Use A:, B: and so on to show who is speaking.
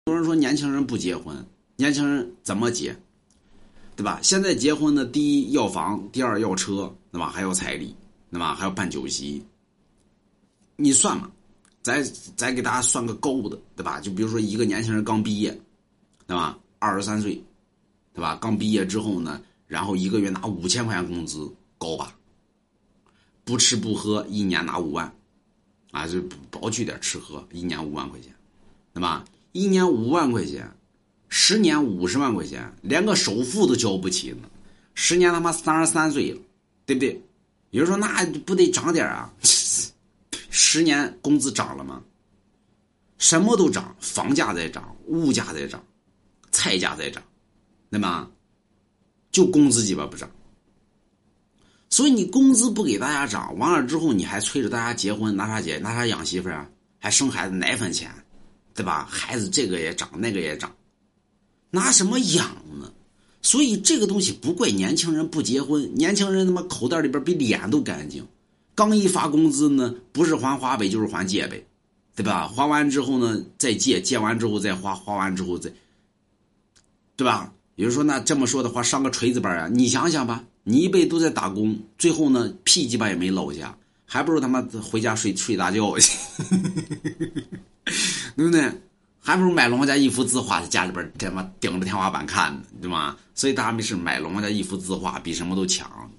A: 有人说年轻人不结婚，年轻人怎么结？对吧？现在结婚呢，第一要房，第二要车，对吧？还要彩礼，对吧？还要办酒席。你算嘛，再给大家算个高的，对吧？就比如说一个年轻人刚毕业，对吧？23岁，对吧？刚毕业之后呢，然后一个月拿5000块钱工资，高吧？不吃不喝，一年拿5万，啊，就包去点吃喝，一年5万块钱，对吧？一年5万块钱，10年50万块钱，连个首付都交不起呢。10年他妈33岁了，对不对？有人说那不得涨点啊？10年工资涨了吗？什么都涨，房价在涨，物价在涨，菜价在涨，对吗？就工资鸡巴不涨。所以你工资不给大家涨，完了之后你还催着大家结婚，拿啥养媳妇啊？还生孩子奶粉钱，对吧？孩子这个也涨，那个也涨，拿什么养呢？所以这个东西不怪年轻人不结婚，年轻人他妈口袋里边比脸都干净，刚一发工资呢，不是还花呗就是还借呗，对吧？还完之后呢再借，借完之后再花，花完之后再，对吧？有人说那这么说的话上个锤子班啊，你想想吧，你一辈子都在打工，最后呢屁鸡巴也没落下，还不如他妈回家睡大觉去对不对？还不如买龙家一幅字画在家里边他妈顶着天花板看呢，对吗？所以大家没事买龙家一幅字画比什么都强。